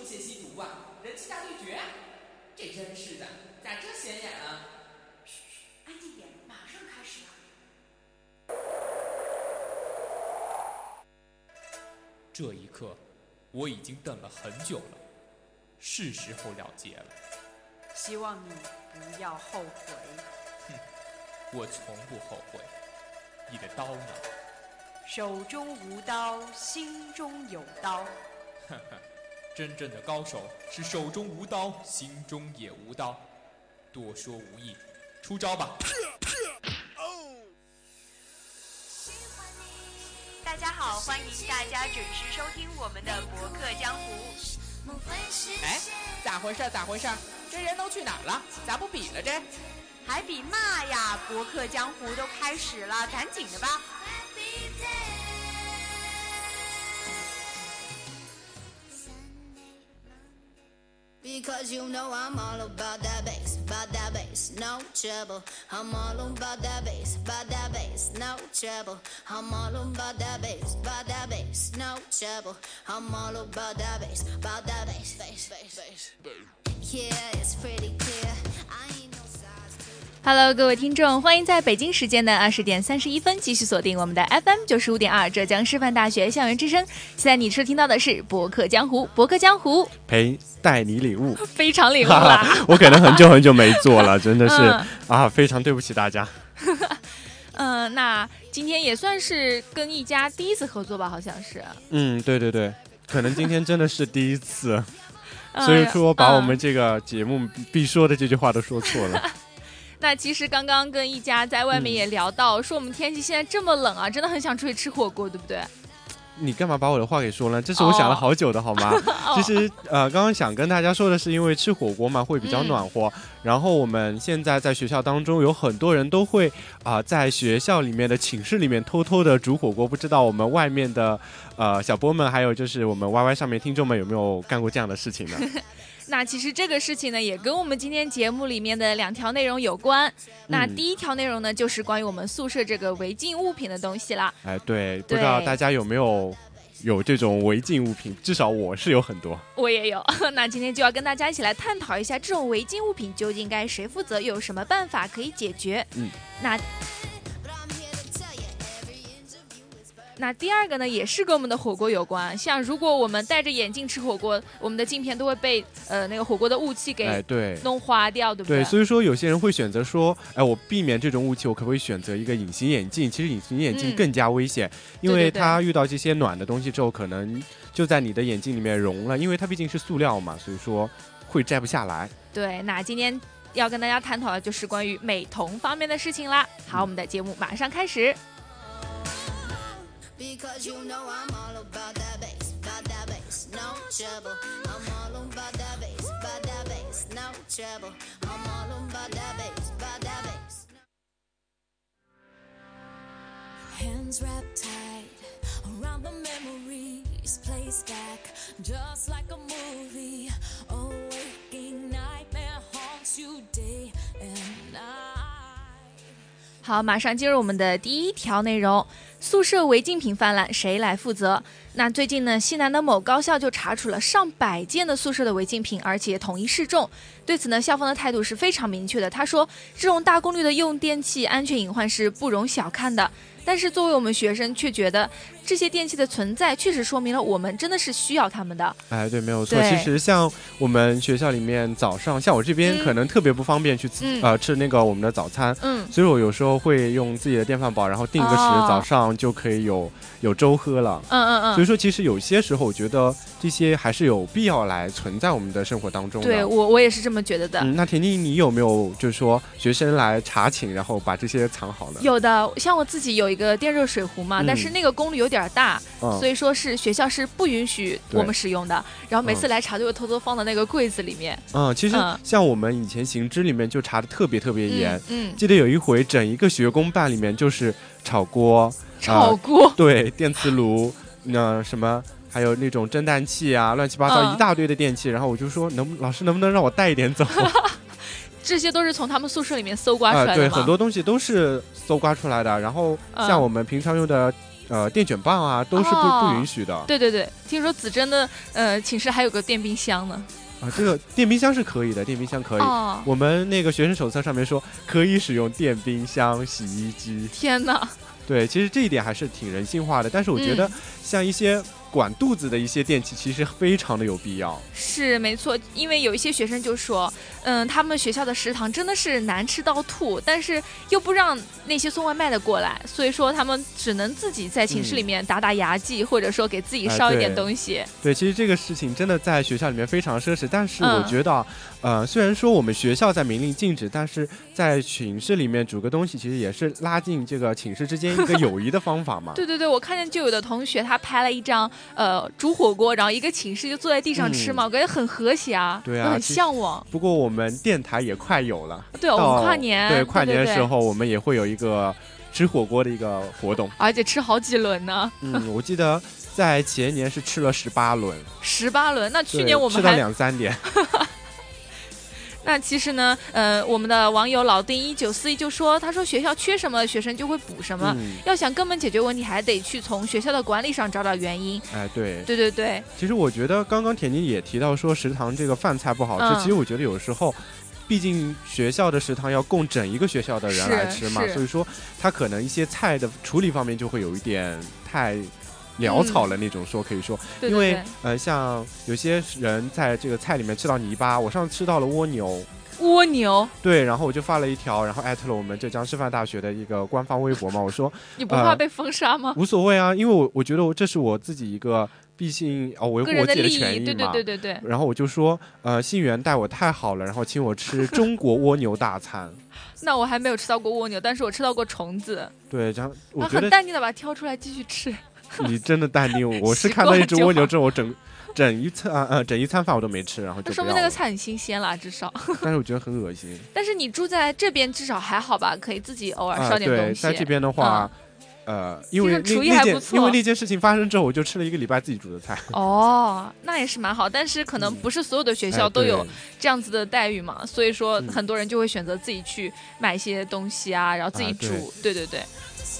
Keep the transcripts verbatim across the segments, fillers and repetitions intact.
血吸毒啊，人气大对决，这真是的，咋这显眼啊？ 嘘嘘，安静点，马上开始了。 这一刻，我已经等了很久了，是时候了结了。 希望你不要后悔。 哼，我从不后悔。你的刀呢？ 手中无刀，心中有刀。 呵呵，真正的高手是手中无刀，心中也无刀。多说无益，出招吧！ 大家好，欢迎大家准时收听我们的博客江湖。 哎，咋回事？咋回事？这人都去哪儿了？咋不比了这？ 还比嘛呀？博客江湖都开始了，赶紧的吧。 Because you know I'm all about that bass, about that bass, no trouble. I'm all about that bass, about that bass, no trouble. I'm all about that bass, about that bass, no trouble. I'm all about that bass, about that bass, bass, bass, bass. Yeah, it's pretty clear. I ain't no size two. Hello， 各位听众，欢迎在北京时间的二十点三十一分继续锁定我们的 F M 九十五点二浙江师范大学校园之声。现在你收听到的是博客江湖，博客江湖陪带你礼物， 非常礼物啦！ 我可能很久很久没做了，真的是、 嗯、 啊，非常对不起大家。 嗯、呃，那今天也算是跟一家第一次合作吧，好像是。 嗯，对对对，可能今天真的是第一次，所以说把我们这个节目必说的这句话都说错了。 那其实刚刚跟一家在外面也聊到、嗯、说我们天气现在这么冷啊，真的很想出去吃火锅，对不对？ 你干嘛把我的话给说了？这是我想了好久的好吗？哦、其实呃，刚刚想跟大家说的是，因为吃火锅嘛会比较暖和、嗯、然后我们现在在学校当中有很多人都会啊、呃，在学校里面的寝室里面偷偷的煮火锅，不知道我们外面的呃小波们还有就是我们 Y Y 上面听众们有没有干过这样的事情呢？ 那其实这个事情呢，也跟我们今天节目里面的两条内容有关。那第一条内容呢，就是关于我们宿舍这个违禁物品的东西啦。 哎，对，不知道大家有没有有这种违禁物品？至少我是有很多。 我也有。那今天就要跟大家一起来探讨一下，这种违禁物品究竟该谁负责，又有什么办法可以解决？嗯，那。那第二个呢，也是跟我们的火锅有关。像如果我们戴着眼镜吃火锅，我们的镜片都会被呃那个火锅的雾气给弄花掉，哎、对不对？ 对，所以说有些人会选择说，哎，我避免这种雾气，我可不可以选择一个隐形眼镜？其实隐形眼镜更加危险，嗯、因为它遇到这些暖的东西之后，可能就在你的眼镜里面融了，因为它毕竟是塑料嘛，所以说会摘不下来。 对，那今天要跟大家探讨的就是关于美瞳方面的事情啦。好，我们的节目马上开始。 Because you know I'm all about that bass, about that bass, no trouble. I'm all about that bass, about that bass, no trouble. I'm all about that bass, about that bass. Hands wrapped tight around the memories, placed back just like a movie. A waking nightmare haunts you day and night. 好，马上进入我们的第一条内容。宿舍违禁品泛滥，谁来负责？那最近呢，西南的某高校就查处了上百件的宿舍的违禁品，而且统一示众。对此呢，校方的态度是非常明确的。他说，这种大功率的用电器安全隐患是不容小看的。但是作为我们学生，却觉得这些电器的存在确实说明了我们真的是需要他们的。 哎，对，没有错。其实像我们学校里面早上，像我这边可能特别不方便去、嗯、呃吃那个我们的早餐，嗯，所以我有时候会用自己的电饭煲，然后定个时，哦、早上就可以有有粥喝了。嗯嗯嗯。所以说，其实有些时候我觉得这些还是有必要来存在我们的生活当中的。 对，我我也是这么觉得的。 嗯，那田妮，你有没有就是说学生来查寝，然后把这些藏好了？ 有的，像我自己有一个电热水壶嘛，嗯、但是那个功率有点大，嗯、所以说是学校是不允许我们使用的。然后每次来查就会偷偷放到那个柜子里面。 嗯，其实像我们以前行知里面就查的特别特别严。 嗯，嗯记得有一回整一个学工办里面就是炒锅、 炒锅、 呃，对，电磁炉，那、呃、什么。还有那种蒸蛋器啊，乱七八糟、嗯、一大堆的电器，然后我就说，能老师能不能让我带一点走？ 这些都是从他们宿舍里面搜刮出来的吗？ 呃、对，很多东西都是搜刮出来的。然后像我们平常用的呃电卷棒啊都是不、 哦、 不允许的。 对对对，听说子珍的呃寝室还有个电冰箱呢。 啊，这个电冰箱是可以的，电冰箱可以。 哦、 我们那个学生手册上面说可以使用电冰箱、洗衣机。 天哪！ 对，其实这一点还是挺人性化的，但是我觉得像一些管肚子的一些电器，其实非常的有必要。 是没错，因为有一些学生就说，嗯，他们学校的食堂真的是难吃到吐，但是又不让那些送外卖的过来，所以说他们只能自己在寝室里面打打牙祭，嗯、或者说给自己烧一点东西。 哎、对, 对，其实这个事情真的在学校里面非常奢侈，但是我觉得，嗯、呃，虽然说我们学校在明令禁止，但是在寝室里面煮个东西，其实也是拉近这个寝室之间一个友谊的方法嘛。 对对对，我看见就有的同学他拍了一张呃煮火锅，然后一个寝室就坐在地上吃嘛，嗯、我感觉很和谐啊， 对啊， 很向往。 不过我们电台也快有了， 对，我们跨年， 对跨年的时候， 对对对我们也会有一个吃火锅的一个活动， 而且吃好几轮呢。 嗯，我记得在前年是吃了十八轮， 十八轮。那去年我们还吃到两三点。 那其实呢，呃，我们的网友老丁一九四一就说，他说学校缺什么，学生就会补什么。嗯、要想根本解决问题，还得去从学校的管理上找找原因。 哎，对， 对对对。 其实我觉得刚刚田妮也提到说食堂这个饭菜不好吃， 嗯、 其实我觉得有时候，毕竟学校的食堂要供整一个学校的人来吃嘛，所以说他可能一些菜的处理方面就会有一点太潦草了那种说，可以说， 嗯、 因为对对对呃，像有些人在这个菜里面吃到泥巴，我上次吃到了蜗牛。 蜗牛， 对，然后我就发了一条，然后艾特了我们浙江师范大学的一个官方微博嘛，我说你不怕被封杀吗？ 呃、无所谓啊，因为我我觉得我这是我自己一个，毕竟哦维护我自己的权益嘛， 对对对对对。 然后我就说，呃，信源待我太好了，然后请我吃中国蜗牛大餐。 那我还没有吃到过蜗牛，但是我吃到过虫子。 对，这样我觉得很淡定的把它挑出来继续吃。 你真的淡定，我是看到一只蜗牛之后，我整。整一餐呃整一餐饭我都没吃，然后就那说明那个菜很新鲜啦，至少。 但是我觉得很恶心。 但是你住在这边至少还好吧，可以自己偶尔烧点东西。 啊、对，在这边的话，嗯、呃，因为那厨艺还不错， 因为那件事情发生之后，我就吃了一个礼拜自己煮的菜。 哦，那也是蛮好，但是可能不是所有的学校都有这样子的待遇嘛， 嗯、 所以说很多人就会选择自己去买一些东西啊，然后自己煮。 啊、 对对对。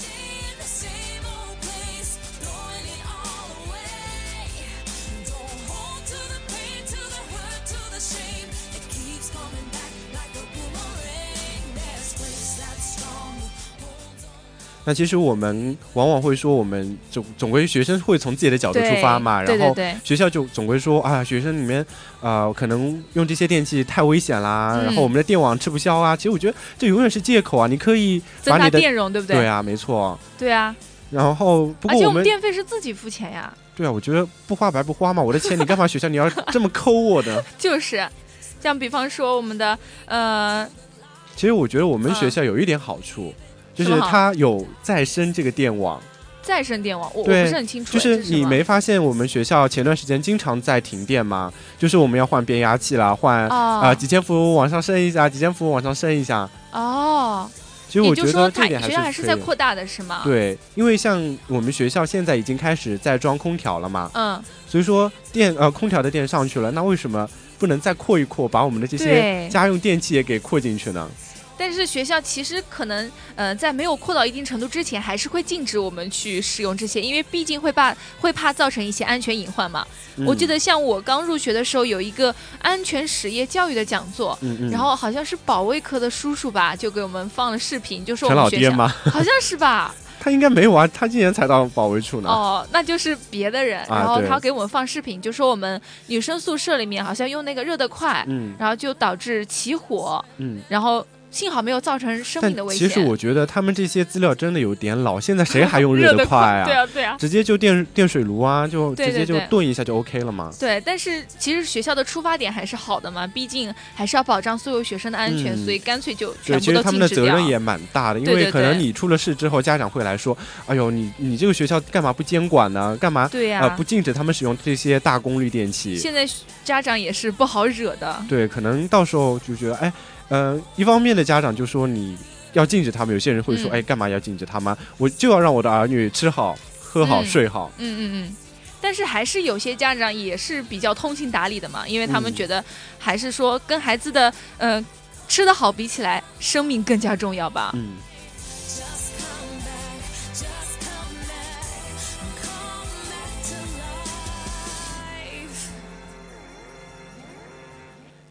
那其实我们往往会说，我们总总归学生会从自己的角度出发嘛，然后学校就总归说啊，学生里面呃可能用这些电器太危险啦，嗯、然后我们的电网吃不消啊。其实我觉得这永远是借口啊，你可以把你的增大电容，对不对？ 对啊，没错。 对啊。 然后不过我们而且我们电费是自己付钱呀。 对啊，我觉得不花白不花嘛，我的钱你干嘛学校你要这么抠我的？ 就是，像比方说我们的呃， 其实我觉得我们学校有一点好处。嗯就是它有再生这个电网， 再生电网，我我不是很清楚。 就是你没发现我们学校前段时间经常在停电吗？就是我们要换变压器啦，换啊、哦呃、几千伏往上升一下，几千伏往上升一下。 哦， 其实我觉得这点还是学校还是在扩大的是吗？ 对，因为像我们学校现在已经开始在装空调了嘛， 嗯， 所以说电呃空调的电上去了，那为什么不能再扩一扩，把我们的这些家用电器也给扩进去呢？ 但是学校其实可能，呃，在没有扩到一定程度之前，还是会禁止我们去使用这些，因为毕竟会怕会怕造成一些安全隐患嘛。嗯、我记得像我刚入学的时候，有一个安全实业教育的讲座， 嗯嗯、 然后好像是保卫科的叔叔吧，就给我们放了视频，就说我们学校陈老爹吗？ 好像是吧。 他应该没有啊，他今年才到保卫处呢。 哦，那就是别的人。然后他给我们放视频，就说我们女生宿舍里面好像用那个热得快， 嗯， 然后就导致起火， 嗯， 然后。幸好没有造成生命的危险。 其实我觉得他们这些资料真的有点老，现在谁还用热得快啊？ 对啊，对啊， 直接就电电水炉啊，就直接就炖一下就 OK 了嘛。 对，但是其实学校的出发点还是好的嘛，毕竟还是要保障所有学生的安全，嗯、所以干脆就全部都禁止掉。 对，其实他们的责任也蛮大的，因为可能你出了事之后，家长会来说：“哎呦，你你这个学校干嘛不监管呢？干嘛对呀、 呃、不禁止他们使用这些大功率电器？” 现在家长也是不好惹的。 对，可能到时候就觉得哎。呃，一方面的家长就说你要禁止他们，有些人会说，嗯、哎，干嘛要禁止他们？我就要让我的儿女吃好、喝好、 嗯、 睡好。 嗯嗯嗯。但是还是有些家长也是比较通情达理的嘛，因为他们觉得还是说跟孩子的呃吃得好比起来，生命更加重要吧。 嗯。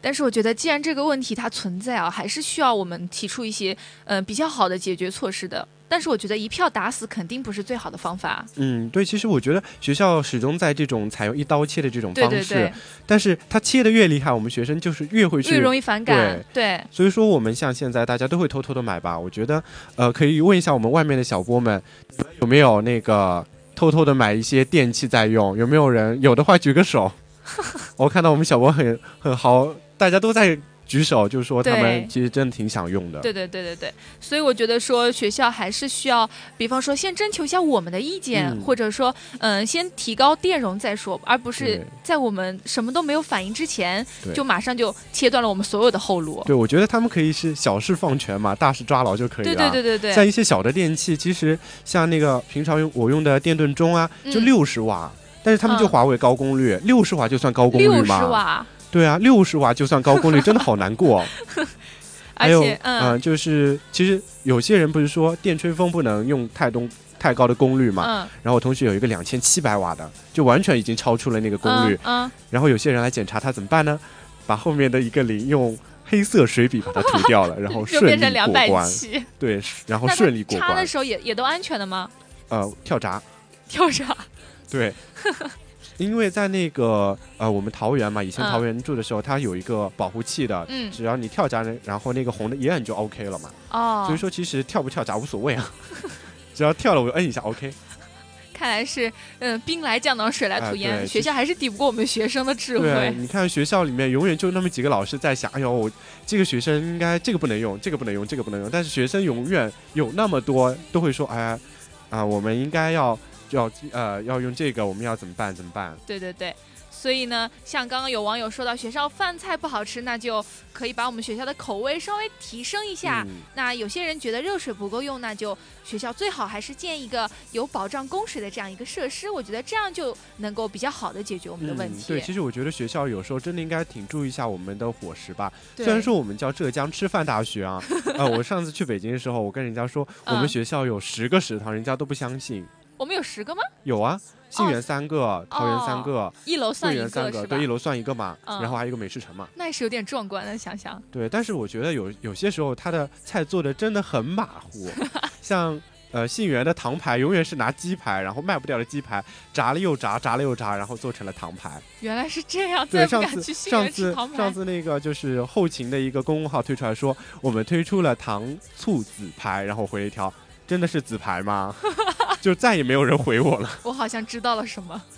但是我觉得既然这个问题它存在啊，还是需要我们提出一些呃比较好的解决措施的。但是我觉得一票打死肯定不是最好的方法。 嗯，对，其实我觉得学校始终在这种采用一刀切的这种方式， 对对对， 但是他切的越厉害，我们学生就是越会去越容易反感。 对， 对， 所以说我们像现在大家都会偷偷的买吧。我觉得，呃，可以问一下我们外面的小波们，有没有那个偷偷的买一些电器在用？有没有人？有的话举个手。我看到我们小波很很好，大家都在举手，就是说他们其实真的挺想用的。 对对对对对，所以我觉得说学校还是需要，比方说先征求一下我们的意见， 嗯、 或者说嗯、呃，先提高电容再说，而不是在我们什么都没有反应之前，就马上就切断了我们所有的后路。 对，我觉得他们可以是小事放权嘛，大事抓牢就可以了。 对对对对对。 像一些小的电器，其实像那个平常用我用的电炖盅啊，就六十瓦、嗯，但是他们就划为高功率，六十、嗯、瓦就算高功率吗？ 六十瓦。 对啊，六十瓦就算高功率，真的好难过。还有，嗯、呃，就是其实有些人不是说电吹风不能用太东太高的功率嘛？嗯。然后我同学有一个两千七百瓦的，就完全已经超出了那个功率。 嗯。嗯然后有些人来检查他怎么办呢？把后面的一个零用黑色水笔把它涂掉了，然后顺利过关。对，然后顺利过关。 插的时候也也都安全的吗？ 呃，跳闸。 跳闸。 对。因为在那个呃，我们桃园嘛，以前桃园住的时候，嗯、它有一个保护器的，嗯，只要你跳闸，然后那个红的一摁就 OK 了嘛。哦，所以说其实跳不跳闸无所谓啊，只要跳了我就摁一下 OK。 看来是嗯，兵来将挡，水来土掩、哎，学校还是抵不过我们学生的智慧。 对，你看学校里面永远就那么几个老师在想，哎呦，我这个学生应该这个不能用，这个不能用，这个不能用，但是学生永远有那么多都会说，哎呀，啊、呃，我们应该要。就要呃要用这个，我们要怎么办？怎么办？ 对对对，所以呢，像刚刚有网友说到学校饭菜不好吃，那就可以把我们学校的口味稍微提升一下。嗯、那有些人觉得热水不够用，那就学校最好还是建一个有保障供水的这样一个设施。我觉得这样就能够比较好的解决我们的问题。 嗯、对，其实我觉得学校有时候真的应该挺注意一下我们的伙食吧。虽然说我们叫浙江吃饭大学啊，呃，我上次去北京的时候，我跟人家说我们学校有十个食堂，人家都不相信。 我们有十个吗？ 有啊，信源三个，哦、桃园三个， 一楼算一个三个，对，一楼算一个嘛、嗯，然后还有一个美食城嘛， 那也是有点壮观的，想想。 对，但是我觉得有有些时候他的菜做的真的很马虎，像呃信源的糖排永远是拿鸡排，然后卖不掉的鸡排炸了又炸，炸了又炸，然后做成了糖排。 原来是这样，再不敢去信源吃糖排。 上次那个就是后勤的一个公众号推出来说，我们推出了糖醋紫排，然后回了一条，真的是紫排吗？就再也没有人回我了。 我好像知道了什么。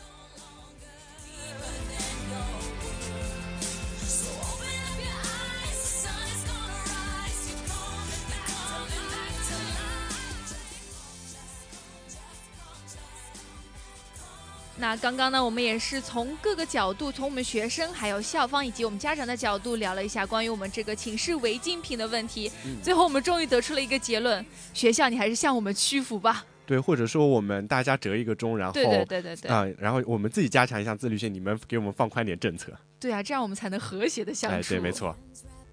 那刚刚呢，我们也是从各个角度，从我们学生、还有校方以及我们家长的角度聊了一下关于我们这个寝室违禁品的问题。嗯、最后我们终于得出了一个结论：学校你还是向我们屈服吧。 对，或者说我们大家折一个中，然后对对对对对啊、呃，然后我们自己加强一下自律性，你们给我们放宽点政策。 对啊，这样我们才能和谐的相处。 哎，对，没错。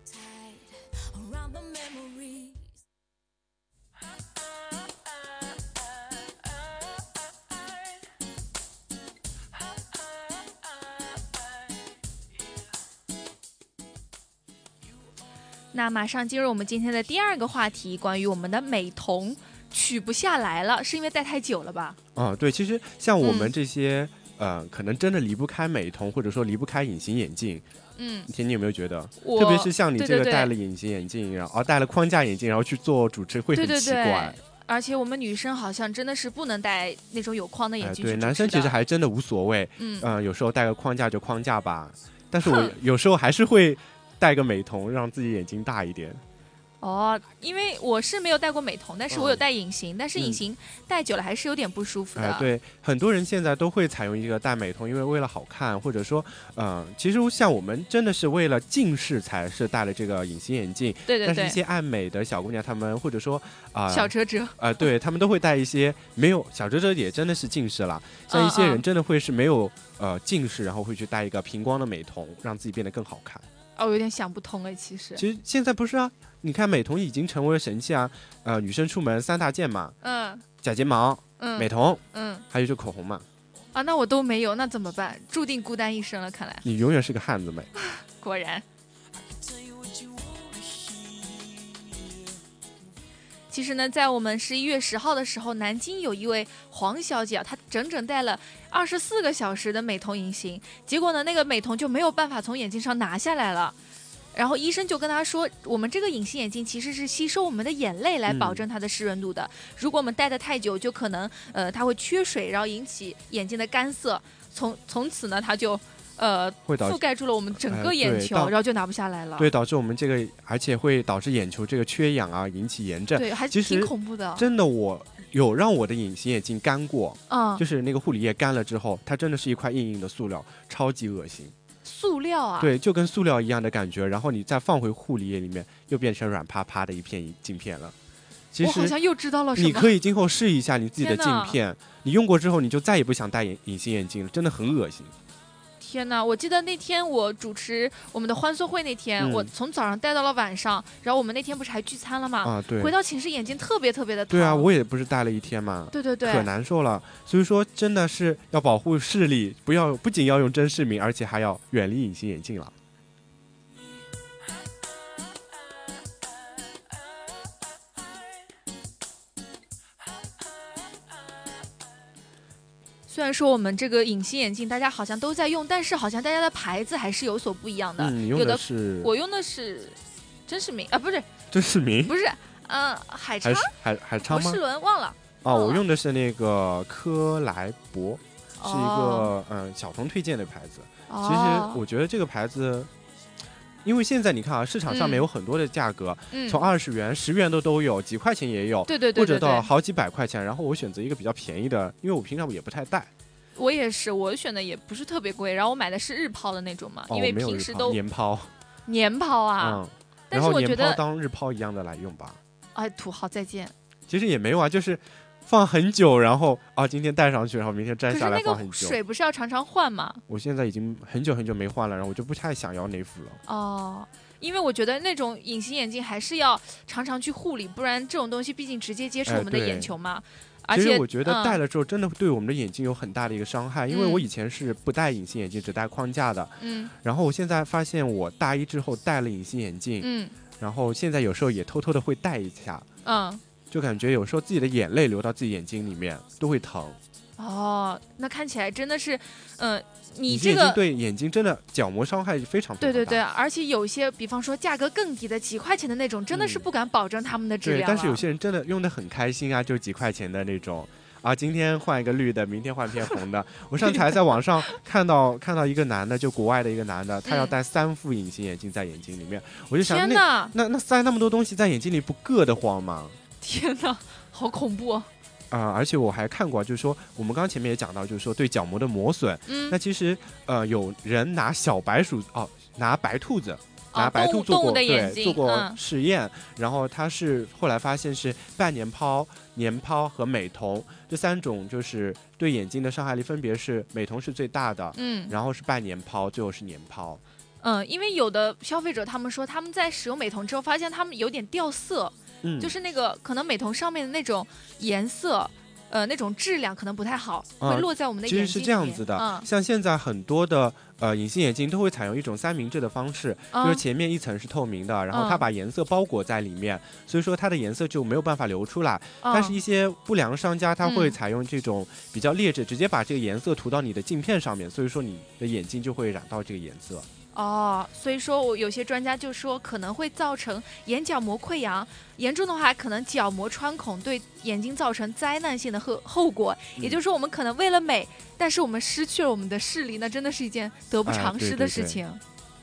那马上进入我们今天的第二个话题，关于我们的美瞳取不下来了，是因为戴太久了吧？ 啊，对，其实像我们这些、嗯、呃，可能真的离不开美瞳，或者说离不开隐形眼镜。嗯，田，你有没有觉得？特别是像你这个戴了隐形眼镜，然后戴了框架眼镜，然后去做主持，会很奇怪。 对对对，而且我们女生好像真的是不能戴那种有框的眼镜、 哎。对，男生其实还真的无所谓。嗯、呃，有时候戴个框架就框架吧，但是我有时候还是会戴个美瞳，让自己眼睛大一点。 哦，因为我是没有戴过美瞳，但是我有戴隐形、嗯、但是隐形戴久了还是有点不舒服的、 哎、对，很多人现在都会采用一个戴美瞳，因为为了好看，或者说呃，其实像我们真的是为了近视才是戴了这个隐形眼镜。 对对对。 但是一些爱美的小姑娘她们，或者说啊、呃、 小哲哲呃对，她们都会戴一些没有，小哲哲也真的是近视了，像一些人真的会是没有、嗯、呃近视，然后会去戴一个平光的美瞳，让自己变得更好看。 哦，我有点想不通哎，其实。 其实现在不是啊，你看美瞳已经成为了神器啊，呃，女生出门三大件嘛，嗯，假睫毛，嗯，美瞳，嗯，还有就口红嘛。 啊，那我都没有，那怎么办？注定孤单一生了，看来。 你永远是个汉子妹。 果然。 其实呢，在我们十一月十号的时候，南京有一位黄小姐啊，她整整戴了二十四个小时的美瞳隐形，结果呢，那个美瞳就没有办法从眼睛上拿下来了。然后医生就跟她说，我们这个隐形眼镜其实是吸收我们的眼泪来保证它的湿润度的。嗯、如果我们戴得太久，就可能呃它会缺水，然后引起眼睛的干涩。从从此呢，它就呃覆盖住了我们整个眼球，呃、然后就拿不下来了。 对，导致我们这个，而且会导致眼球这个缺氧啊，引起炎症。 对，还挺恐怖的。 真的，我有让我的隐形眼镜干过， 嗯， 就是那个护理液干了之后，它真的是一块硬硬的塑料，超级恶心。 塑料啊， 对，就跟塑料一样的感觉，然后你再放回护理液里面，又变成软趴趴的一片镜片了。其实我好像又知道了什么。 你可以今后试一下你自己的镜片，你用过之后，你就再也不想戴隐隐形眼镜了，真的很恶心。 天哪！我记得那天我主持我们的欢送会那天，嗯、我从早上戴到了晚上，然后我们那天不是还聚餐了吗？ 啊，对。 回到寝室眼睛特别特别的疼。 对啊，我也不是戴了一天嘛。 对对对。 可难受了，所以说真的是要保护视力，不要不仅要用真视明，而且还要远离隐形眼镜了。 虽然说我们这个隐形眼镜大家好像都在用，但是好像大家的牌子还是有所不一样的。 嗯，你用的是？ 我用的是真视明啊，不是真视明， 不是，嗯、呃，海昌， 海海昌吗？ 博士伦忘了。 哦，我用的是那个科莱博，是一个嗯、呃、小童推荐的牌子。 哦、 其实我觉得这个牌子。因为现在你看啊，市场上面有很多的价格， 嗯、 从二十元、十元的都有，几块钱也有， 对对 对, 对, 对， 或者到好几百块钱。然后我选择一个比较便宜的，因为我平常也不太戴。 我也是，我选的也不是特别贵，然后我买的是日抛的那种嘛， 哦、 因为平时都年抛， 年抛啊。 嗯， 但是我觉得然后年抛当日抛一样的来用吧。 哎，土豪再见。 其实也没有啊，就是。放很久，然后啊，今天戴上去，然后明天摘下来放很久。 可是那个水不是要常常换吗？ 我现在已经很久很久没换了，然后我就不太想要那副了。 哦，因为我觉得那种隐形眼镜还是要常常去护理，不然这种东西毕竟直接接触我们的眼球嘛。 哎、 而且其实我觉得戴了之后真的对我们的眼睛有很大的一个伤害， 嗯、 因为我以前是不戴隐形眼镜，只戴框架的。 嗯。 然后我现在发现我大一之后戴了隐形眼镜， 嗯。 然后现在有时候也偷偷的会戴一下。 嗯。 就感觉有时候自己的眼泪流到自己眼睛里面都会疼。 哦，那看起来真的是，嗯、呃，你这个对眼睛真的角膜伤害非常非常大。 对对对，而且有些，比方说价格更低的几块钱的那种，真的是不敢保证他们的质量、嗯。 对，但是有些人真的用得很开心啊，就几块钱的那种。啊，今天换一个绿的，明天换片红的。我上次还在网上看到看到一个男的，就国外的一个男的，他要戴三副隐形眼镜在眼睛里面，嗯、我就想， 天哪， 那那那塞那么多东西在眼睛里，不硌得慌吗？ 天哪，好恐怖啊！ 啊、呃，而且我还看过，就是说我们刚刚前面也讲到，就是说对角膜的磨损， 嗯， 那其实呃有人拿小白鼠哦，拿白兔子，拿白兔做过、 哦、对做过嗯、 实验，然后他是后来发现是半年抛、年抛和美瞳这三种，就是对眼睛的伤害力分别是美瞳是最大的， 嗯， 然后是半年抛，最后是年抛。 嗯，因为有的消费者他们说他们在使用美瞳之后发现他们有点掉色。 嗯， 就是那个可能美瞳上面的那种颜色，呃，那种质量可能不太好， 嗯、 会落在我们的眼睛里面。 其实是这样子的， 嗯、 像现在很多的呃隐形眼镜都会采用一种三明治的方式， 嗯、 就是前面一层是透明的，然后它把颜色包裹在里面，嗯、所以说它的颜色就没有办法流出来。 嗯、 但是一些不良商家他会采用这种比较劣质，直接把这个颜色涂到你的镜片上面，所以说你的眼睛就会染到这个颜色。 哦，所以说我有些专家就说可能会造成眼角膜溃疡，严重的话可能角膜穿孔，对眼睛造成灾难性的后后果。 嗯、 也就是说，我们可能为了美，但是我们失去了我们的视力，那真的是一件得不偿失的事情。哎，对对对。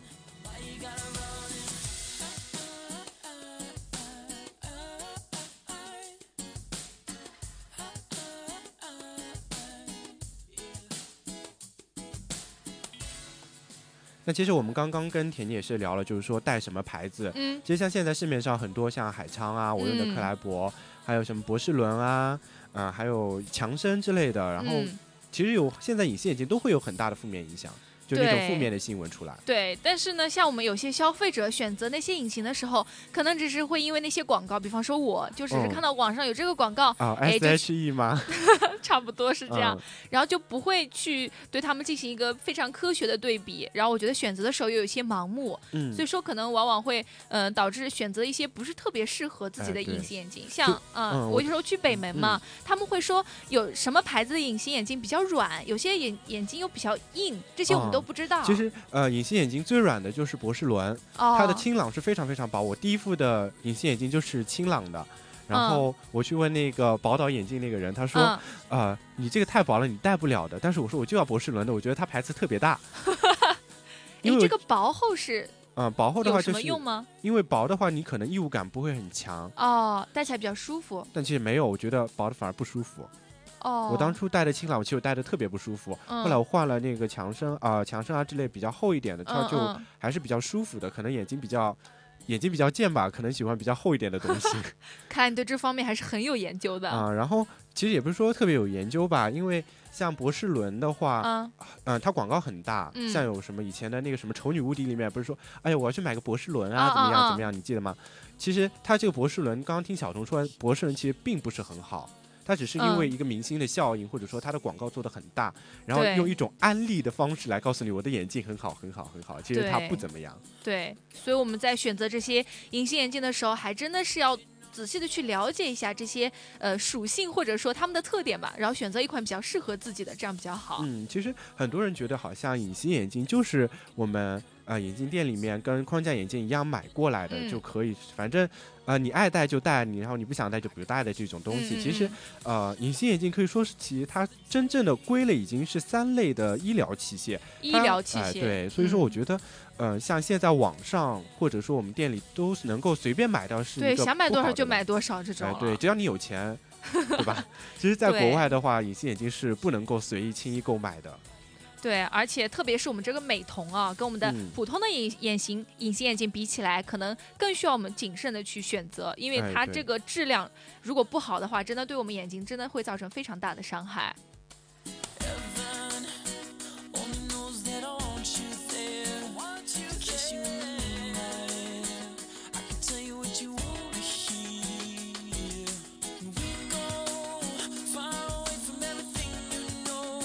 那其实我们刚刚跟田妮也是聊了，就是说戴什么牌子。 嗯， 其实像现在市面上很多像海昌啊，我用的克莱博，嗯、还有什么博士伦啊，啊、呃，还有强生之类的。然后，其实有现在隐形眼镜都会有很大的负面影响。 就那种对负面的新闻出来。 对，但是呢，像我们有些消费者选择那些隐形的时候，可能只是会因为那些广告，比方说我就只是嗯看到网上有这个广告， 啊哎， ，S 就 H E 吗？ 差不多是这样， 嗯然后就不会去对他们进行一个非常科学的对比，然后我觉得选择的时候又有一些盲目， 嗯， 所以说可能往往会呃导致选择一些不是特别适合自己的哎对隐形眼镜，像嗯、 嗯我我有时候去北门嘛，他们会说有什么牌子的隐形眼镜比较软，有些眼眼睛又比较硬，这些我们哦都不知道。 其实呃，隐形眼镜最软的就是博士伦， 哦， 它的清朗是非常非常薄。我第一副的隐形眼镜就是清朗的。然后我去问那个宝岛眼镜那个人，他说：“ 嗯呃，你这个太薄了，你戴不了的。”但是我说我就要博士伦的，我觉得它牌子特别大。因哎， 为这个薄厚是嗯、呃，薄厚的话有什就是么用吗？ 因为薄的话，你可能异物感不会很强， 哦，戴起来比较舒服。 但其实没有，我觉得薄的反而不舒服。 哦， 我当初戴的清朗，我其实我戴的特别不舒服。 嗯后来我换了那个强生啊、呃、强生啊之类比较厚一点的，它就嗯嗯还是比较舒服的。可能眼睛比较眼睛比较贱吧，可能喜欢比较厚一点的东西看来你对这方面还是很有研究的。 啊、然后其实也不是说特别有研究吧，因为像博士伦的话， 嗯嗯、它广告很大， 嗯像有什么以前的那个什么丑女无敌里面不是说，哎呀我要去买个博士伦啊啊，怎么样啊啊怎么样，你记得吗？其实它这个博士伦，刚刚听小童说，博士伦其实并不是很好。它只是因为嗯一个明星的效应，或者说它的广告做得很大，然后对用一种安利的方式来告诉你我的眼镜很好很好很好，其实它对不怎么样。 对，所以我们在选择这些隐形眼镜的时候，还真的是要仔细的去了解一下这些呃属性或者说它们的特点吧，然后选择一款比较适合自己的，这样比较好。 嗯，其实很多人觉得好像隐形眼镜就是我们呃眼镜店里面跟框架眼镜一样买过来的、 嗯就可以，反正呃你爱戴就戴，你然后你不想戴就不戴的这种东西。 嗯嗯其实嗯呃隐形眼镜可以说是其实它真正的归类已经是三类的医疗器械。 医它疗器械， 哎对，所以说我嗯觉得，呃，像现在网上或者说我们店里都是能够随便买到，是对一个想买多少不好的东西。 就买多少这种了。， 哎对，只要你有钱，对吧？其实，在国对外的话，隐形眼镜是不能够随意轻易购买的。 对，而且特别是我们这个美瞳啊，跟我们的嗯普通的隐眼形隐形眼镜比起来，可能更需要我们谨慎的去选择，因为哎对它这个质量如果不好的话，真的对我们眼睛真的会造成非常大的伤害。 Heaven only knows that I want you there. To kiss you in the moonlight. I can tell you what you wanna hear. We go far away from everything you know.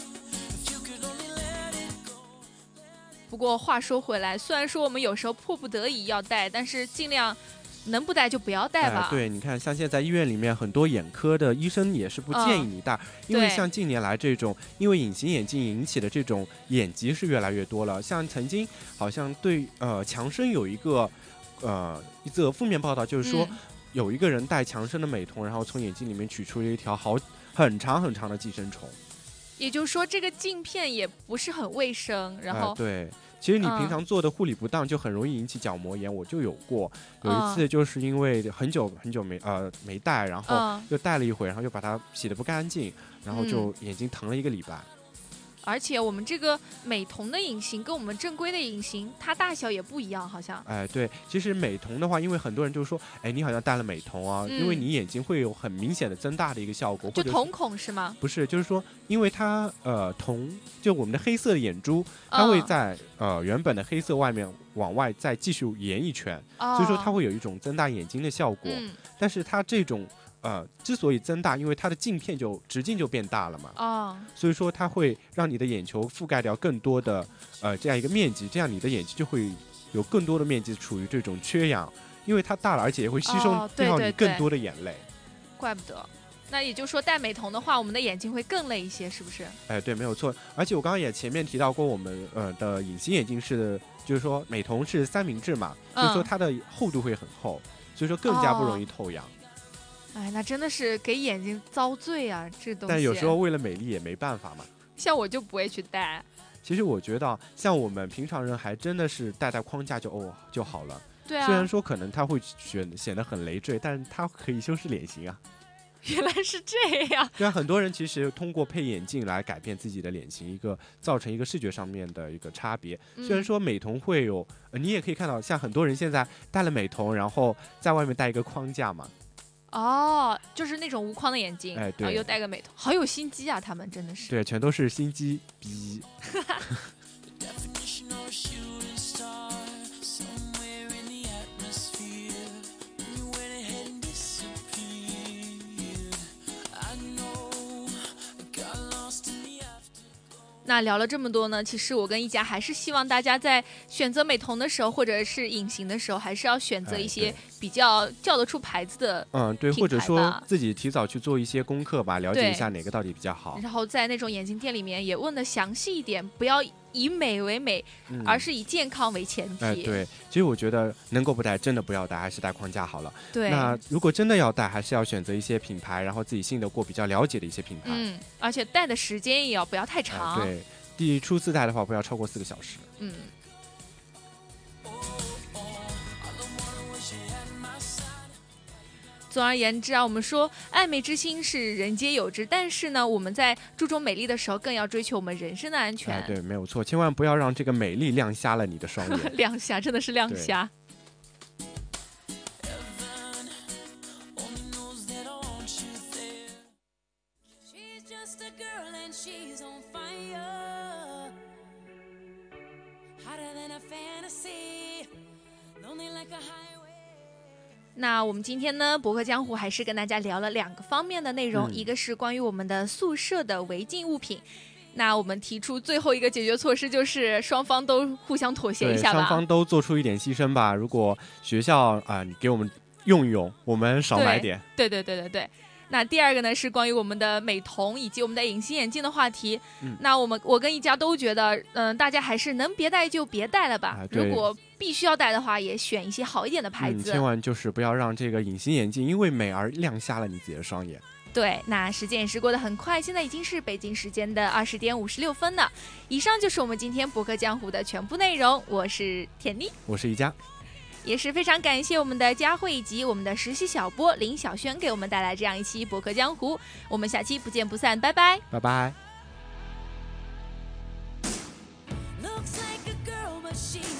If you could only let it go. 不过话说回来，虽然说我们有时候迫不得已要戴，但是尽量能不戴就不要戴吧。 哎，对，你看，像现在医院里面很多眼科的医生也是不建议你戴，因为对像近年来这种因为隐形眼镜引起的这种眼疾是越来越多了。像曾经好像对呃强生有一个呃一则负面报道，就是说、 嗯有一个人戴强生的美瞳，然后从眼睛里面取出了一条好很长很长的寄生虫。 也就是说，这个镜片也不是很卫生，然后、 呃、对。其实你嗯平常做的护理不当，就很容易引起角膜炎。我就有过，有一嗯次就是因为很久很久没呃没戴，然后嗯， 又戴了一回，然后又把它洗得不干净，然后就眼睛疼了一个礼拜。 而且我们这个美瞳的隐形跟我们正规的隐形，它大小也不一样，好像。 哎，对，其实美瞳的话，因为很多人就说，哎，你好像戴了美瞳啊， 嗯因为你眼睛会有很明显的增大的一个效果，或者是就瞳孔是吗？ 不是，就是说，因为它呃瞳就我们的黑色的眼珠，它会嗯在、呃原本的黑色外面往外再继续延一圈， 哦、 所以说它会有一种增大眼睛的效果。 嗯但是它这种呃之所以增大，因为它的镜片就直径就变大了嘛， 哦所以说它会让你的眼球覆盖掉更多的呃这样一个面积，这样你的眼睛就会有更多的面积处于这种缺氧，因为它大了，而且也会吸收哦对掉对对你更多的眼泪。 怪不得。那也就是说，戴美瞳的话，我们的眼睛会更累一些，是不是？ 哎，对，没有错。而且我刚刚也前面提到过，我们呃的隐形眼镜是，就是说美瞳是三明治嘛，所以说嗯它的厚度会很厚，所以说更加不容易透氧。 哎，那真的是给眼睛遭罪啊，这东西。 但有时候为了美丽也没办法嘛。 像我就不会去戴。 其实我觉得啊，像我们平常人还真的是戴戴框架就哦就好了。 对啊， 虽然说可能它会显显得很累赘，但是它可以修饰脸型啊。 原来是这样。 对啊，很多人其实通过配眼镜来改变自己的脸型，一个造成一个视觉上面的一个差别。虽然嗯说美瞳会有，呃、你也可以看到，像很多人现在戴了美瞳，然后在外面戴一个框架嘛。 哦，就是那种无框的眼镜， 哎对然后又戴个美瞳，好有心机啊！他们真的是。 对，全都是心机逼。 那聊了这么多呢，其实我跟一家还是希望大家在选择美瞳的时候，或者是隐形的时候，还是要选择一些比较叫得出牌子的品牌吧。 嗯，对，或者说自己提早去做一些功课吧，了解一下哪个到底比较好。 然后在那种眼镜店里面也问的详细一点，不要以美为美， 嗯、 而是以健康为前提。 哎、呃，对，其实我觉得能够不戴真的不要戴，还是戴框架好了。 对， 那如果真的要戴，还是要选择一些品牌，然后自己信得过、比较了解的一些品牌。 嗯，而且戴的时间也要不要太长。 呃、对。第初次戴的话，不要超过四个小时。 嗯。总而言之啊，我们说爱美之心是人皆有之，但是呢，我们在注重美丽的时候，更要追求我们人身的安全。 哎，对，没有错，千万不要让这个美丽亮瞎了你的双眼。 亮瞎，真的是亮瞎。那我们今天呢，博客江湖还是跟大家聊了两个方面的内容，嗯、一个是关于我们的宿舍的违禁物品。那我们提出最后一个解决措施，就是双方都互相妥协一下吧， 双方都做出一点牺牲吧。如果学校啊、呃，你给我们用一用，我们少买点。 对对对对对。那第二个呢，是关于我们的美瞳以及我们的隐形眼镜的话题。嗯、那我们我跟一家都觉得，嗯、呃，大家还是能别戴就别戴了吧。啊、如果必须要戴的话，也选一些好一点的牌子。 嗯、千万就是不要让这个隐形眼镜因为美而亮瞎了你自己的双眼。 对，那时间也是过得很快，现在已经是北京时间的二十点五十六分了。以上就是我们今天博客江湖的全部内容。我是田妮， 我是一家。 也是非常感谢我们的佳慧以及我们的实习小波林小轩给我们带来这样一期博客江湖，我们下期不见不散，拜拜， 拜拜。 Looks like a girl, but she